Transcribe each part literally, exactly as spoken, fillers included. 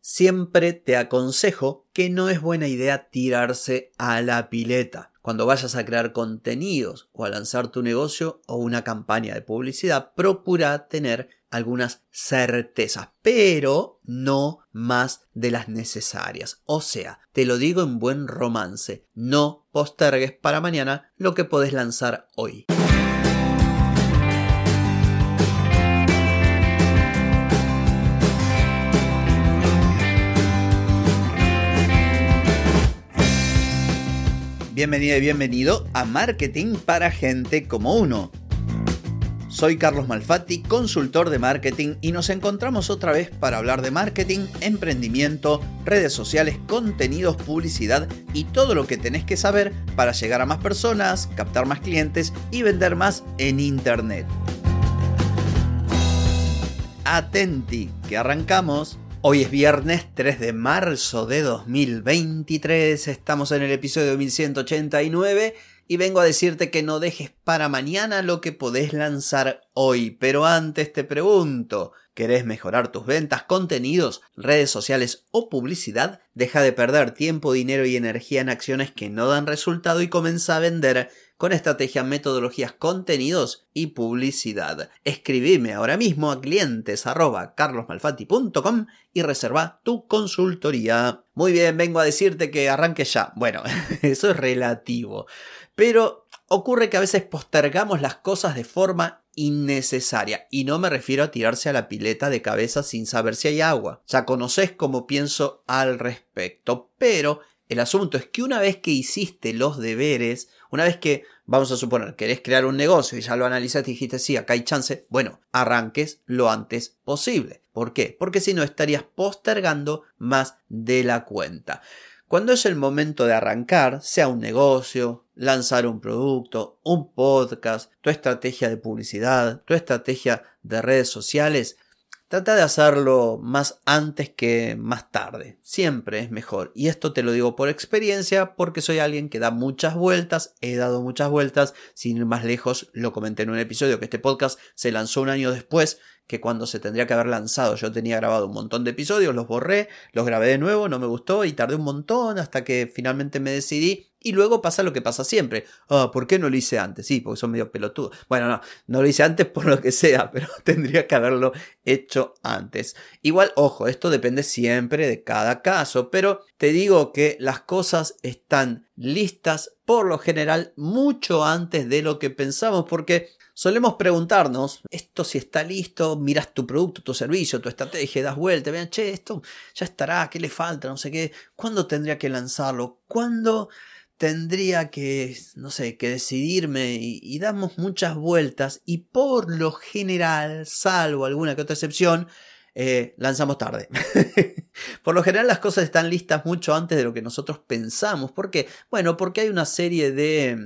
siempre te aconsejo que no es buena idea tirarse a la pileta. Cuando vayas a crear contenidos o a lanzar tu negocio o una campaña de publicidad, procura tener algunas certezas, pero no más de las necesarias. O sea, te lo digo en buen romance, no postergues para mañana lo que podés lanzar hoy. Bienvenida y bienvenido a Marketing para Gente como Uno. Soy Carlos Malfatti, consultor de marketing, y nos encontramos otra vez para hablar de marketing, emprendimiento, redes sociales, contenidos, publicidad y todo lo que tenés que saber para llegar a más personas, captar más clientes y vender más en Internet. Atenti, que arrancamos. Hoy es viernes tres de marzo de dos mil veintitrés, estamos en el episodio mil ciento ochenta y nueve y vengo a decirte que no dejes para mañana lo que podés lanzar hoy. Pero antes te pregunto, ¿querés mejorar tus ventas, contenidos, redes sociales o publicidad? Deja de perder tiempo, dinero y energía en acciones que no dan resultado y comienza a vender con estrategia, metodologías, contenidos y publicidad. Escribime ahora mismo a clientes arroba carlosmalfatti punto com y reserva tu consultoría. Muy bien, vengo a decirte que arranques ya. Bueno, eso es relativo, pero ocurre que a veces postergamos las cosas de forma innecesaria, y no me refiero a tirarse a la pileta de cabeza sin saber si hay agua. Ya conocés cómo pienso al respecto, pero el asunto es que una vez que hiciste los deberes, una vez que, vamos a suponer, querés crear un negocio y ya lo analizaste y dijiste, sí, acá hay chance, bueno, arranques lo antes posible. ¿Por qué? Porque si no estarías postergando más de la cuenta. Cuando es el momento de arrancar, sea un negocio, lanzar un producto, un podcast, tu estrategia de publicidad, tu estrategia de redes sociales, trata de hacerlo más antes que más tarde. Siempre es mejor. Y esto te lo digo por experiencia, porque soy alguien que da muchas vueltas. He dado muchas vueltas. Sin ir más lejos, lo comenté en un episodio que este podcast se lanzó un año después que cuando se tendría que haber lanzado. Yo tenía grabado un montón de episodios, los borré, los grabé de nuevo, no me gustó y tardé un montón hasta que finalmente me decidí. Y luego pasa lo que pasa siempre. Ah, ¿por qué no lo hice antes? Sí, porque son medio pelotudos. Bueno, no, no lo hice antes por lo que sea, pero tendría que haberlo hecho antes. Igual, ojo, esto depende siempre de cada caso, pero te digo que las cosas están listas por lo general mucho antes de lo que pensamos, porque solemos preguntarnos, esto si está listo, miras tu producto, tu servicio, tu estrategia, das vuelta, vean, che, esto ya estará, ¿qué le falta? No sé qué, ¿cuándo tendría que lanzarlo? ¿Cuándo tendría que, no sé, que decidirme? Y, y damos muchas vueltas y por lo general, salvo alguna que otra excepción, eh, lanzamos tarde. Por lo general las cosas están listas mucho antes de lo que nosotros pensamos. ¿Por qué? Bueno, porque hay una serie de,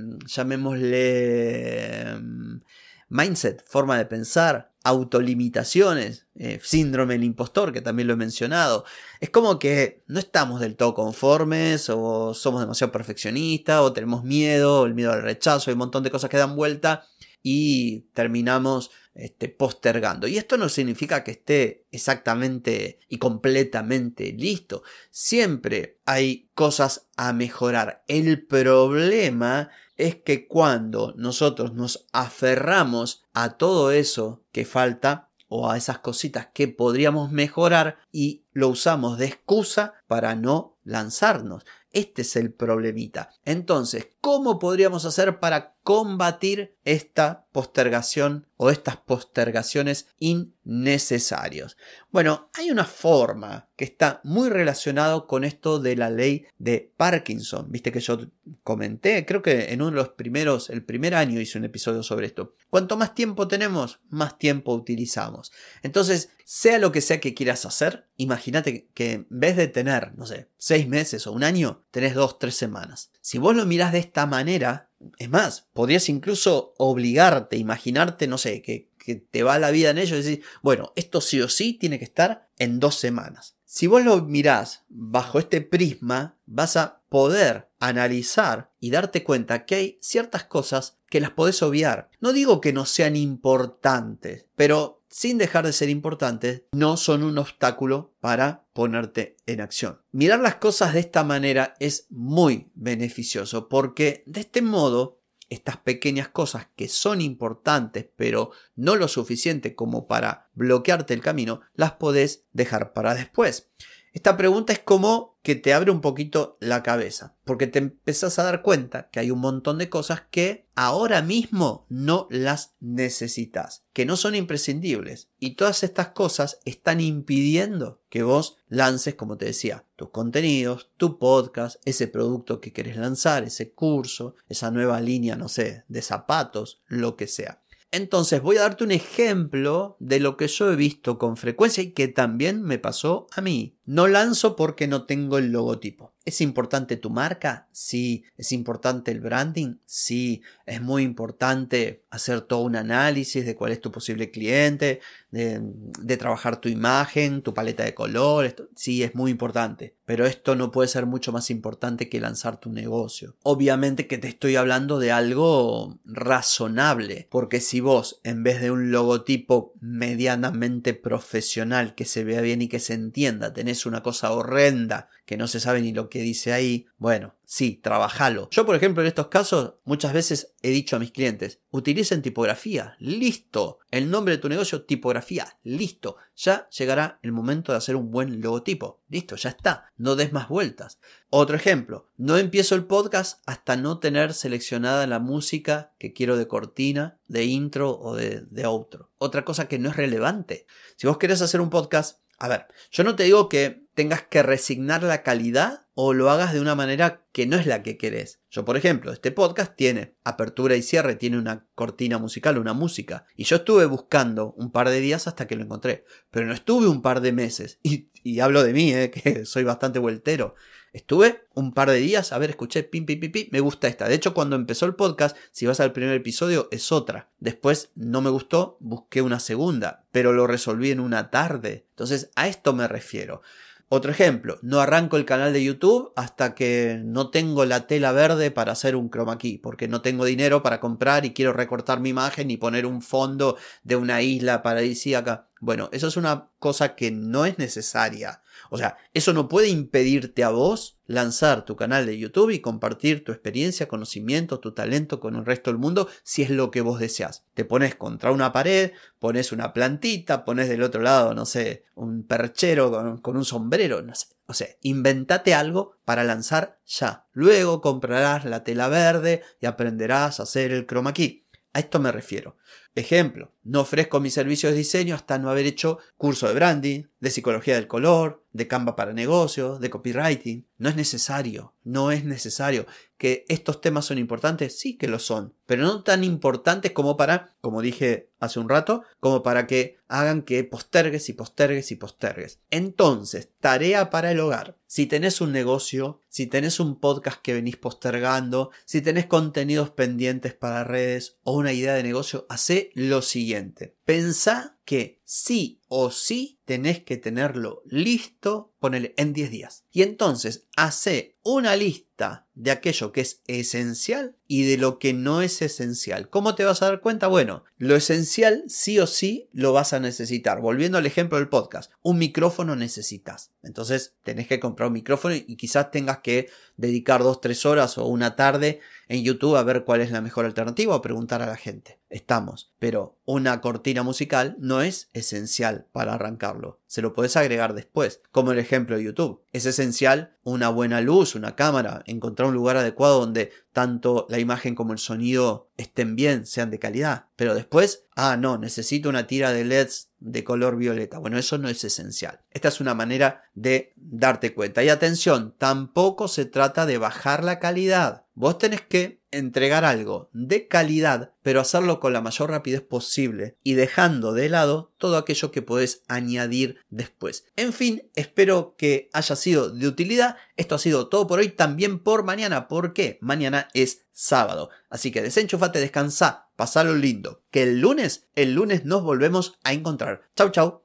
llamémosle, mindset, forma de pensar, autolimitaciones, eh, síndrome del impostor, que también lo he mencionado. Es como que no estamos del todo conformes, o somos demasiado perfeccionistas, o tenemos miedo, el miedo al rechazo, hay un montón de cosas que dan vuelta y terminamos este, postergando. Y esto no significa que esté exactamente y completamente listo. Siempre hay cosas a mejorar. El problema es que cuando nosotros nos aferramos a todo eso que falta o a esas cositas que podríamos mejorar y lo usamos de excusa para no lanzarnos. Este es el problemita. Entonces, ¿cómo podríamos hacer para combatir esta postergación o estas postergaciones innecesarias? Bueno, hay una forma que está muy relacionado con esto de la ley de Parkinson. Viste que yo comenté, creo que en uno de los primeros, el primer año hice un episodio sobre esto. Cuanto más tiempo tenemos, más tiempo utilizamos. Entonces, sea lo que sea que quieras hacer, imagínate que en vez de tener, no sé, seis meses o un año, tenés dos, tres semanas. Si vos lo mirás de esta manera, es más, podrías incluso obligarte, imaginarte, no sé, que, que te va la vida en ello y decir, bueno, esto sí o sí tiene que estar en dos semanas. Si vos lo mirás bajo este prisma, vas a poder analizar y darte cuenta que hay ciertas cosas que las podés obviar. No digo que no sean importantes, pero sin dejar de ser importantes, no son un obstáculo para ponerte en acción. Mirar las cosas de esta manera es muy beneficioso porque de este modo estas pequeñas cosas que son importantes pero no lo suficiente como para bloquearte el camino, las podés dejar para después. Esta pregunta es como que te abre un poquito la cabeza, porque te empezás a dar cuenta que hay un montón de cosas que ahora mismo no las necesitas, que no son imprescindibles. Y todas estas cosas están impidiendo que vos lances, como te decía, tus contenidos, tu podcast, ese producto que querés lanzar, ese curso, esa nueva línea, no sé, de zapatos, lo que sea. Entonces voy a darte un ejemplo de lo que yo he visto con frecuencia y que también me pasó a mí. No lanzo porque no tengo el logotipo. ¿Es importante tu marca? Sí. ¿Es importante el branding? Sí. ¿Es muy importante hacer todo un análisis de cuál es tu posible cliente? De, de trabajar tu imagen, tu paleta de colores. Sí, es muy importante. Pero esto no puede ser mucho más importante que lanzar tu negocio. Obviamente que te estoy hablando de algo razonable. Porque si vos, en vez de un logotipo medianamente profesional que se vea bien y que se entienda, tenés una cosa horrenda que no se sabe ni lo que dice ahí, bueno, sí, trabajalo. Yo, por ejemplo, en estos casos, muchas veces he dicho a mis clientes, utilicen tipografía, listo. El nombre de tu negocio, tipografía, listo. Ya llegará el momento de hacer un buen logotipo. Listo, ya está. No des más vueltas. Otro ejemplo, no empiezo el podcast hasta no tener seleccionada la música que quiero de cortina, de intro o de, de outro. Otra cosa que no es relevante. Si vos querés hacer un podcast, a ver, yo no te digo que tengas que resignar la calidad o lo hagas de una manera que no es la que querés. Yo, por ejemplo, este podcast tiene apertura y cierre, tiene una cortina musical, una música. Y yo estuve buscando un par de días hasta que lo encontré. Pero no estuve un par de meses. Y, y hablo de mí, eh, que soy bastante vueltero. Estuve un par de días, a ver, escuché, pim, pim, pim, pim, me gusta esta. De hecho, cuando empezó el podcast, si vas al primer episodio, es otra. Después no me gustó, busqué una segunda, pero lo resolví en una tarde. Entonces, a esto me refiero. Otro ejemplo, no arranco el canal de YouTube hasta que no tengo la tela verde para hacer un chroma key, porque no tengo dinero para comprar y quiero recortar mi imagen y poner un fondo de una isla paradisíaca. Bueno, eso es una cosa que no es necesaria. O sea, eso no puede impedirte a vos lanzar tu canal de YouTube y compartir tu experiencia, conocimiento, tu talento con el resto del mundo si es lo que vos deseas. Te pones contra una pared, pones una plantita, pones del otro lado, no sé, un perchero con, con un sombrero, no sé. O sea, inventate algo para lanzar ya. Luego comprarás la tela verde y aprenderás a hacer el chroma key. A esto me refiero. Ejemplo, no ofrezco mis servicios de diseño hasta no haber hecho curso de branding, de psicología del color, de Canva para negocios, de copywriting. No es necesario, no es necesario. ¿Que estos temas son importantes? Sí que lo son, pero no tan importantes como para, como dije hace un rato, como para que hagan que postergues y postergues y postergues. Entonces, tarea para el hogar. Si tenés un negocio, si tenés un podcast que venís postergando, si tenés contenidos pendientes para redes o una idea de negocio, hacé lo siguiente. Pensá que sí o sí tenés que tenerlo listo, ponele en diez días. Y entonces, hacé una lista de aquello que es esencial y de lo que no es esencial. ¿Cómo te vas a dar cuenta? Bueno, lo esencial sí o sí lo vas a necesitar. Volviendo al ejemplo del podcast, un micrófono necesitas. Entonces, tenés que comprar un micrófono y quizás tengas que dedicar dos, tres horas o una tarde en YouTube a ver cuál es la mejor alternativa o preguntar a la gente. Estamos, pero una cortina musical no es esencial para arrancarlo. Se lo podés agregar después, como el ejemplo de YouTube. Es esencial una buena luz, una cámara, encontrar un lugar adecuado donde tanto la imagen como el sonido estén bien, sean de calidad. Pero después, ah, no, necesito una tira de L E Ds de color violeta. Bueno, eso no es esencial. Esta es una manera de darte cuenta. Y atención, tampoco se trata de bajar la calidad. Vos tenés que entregar algo de calidad, pero hacerlo con la mayor rapidez posible y dejando de lado todo aquello que podés añadir después. En fin, espero que haya sido de utilidad. Esto ha sido todo por hoy, también por mañana. ¿Por qué? Mañana es sábado. Así que desenchufate, descansá, pasalo lindo. Que el lunes, el lunes nos volvemos a encontrar. Chau, chau.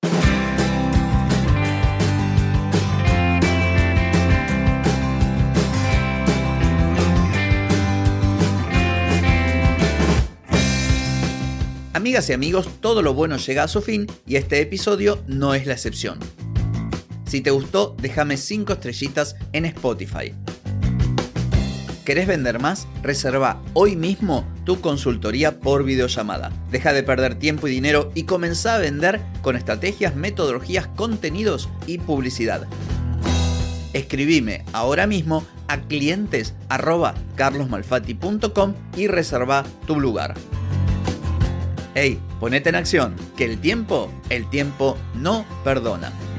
A Amigas y amigos, todo lo bueno llega a su fin y este episodio no es la excepción. Si te gustó, déjame cinco estrellitas en Spotify. ¿Querés vender más? Reserva hoy mismo tu consultoría por videollamada. Deja de perder tiempo y dinero y comenzá a vender con estrategias, metodologías, contenidos y publicidad. Escribime ahora mismo a clientes arroba carlosmalfatti punto com y reserva tu lugar. Hey, ponete en acción, que el tiempo, el tiempo no perdona.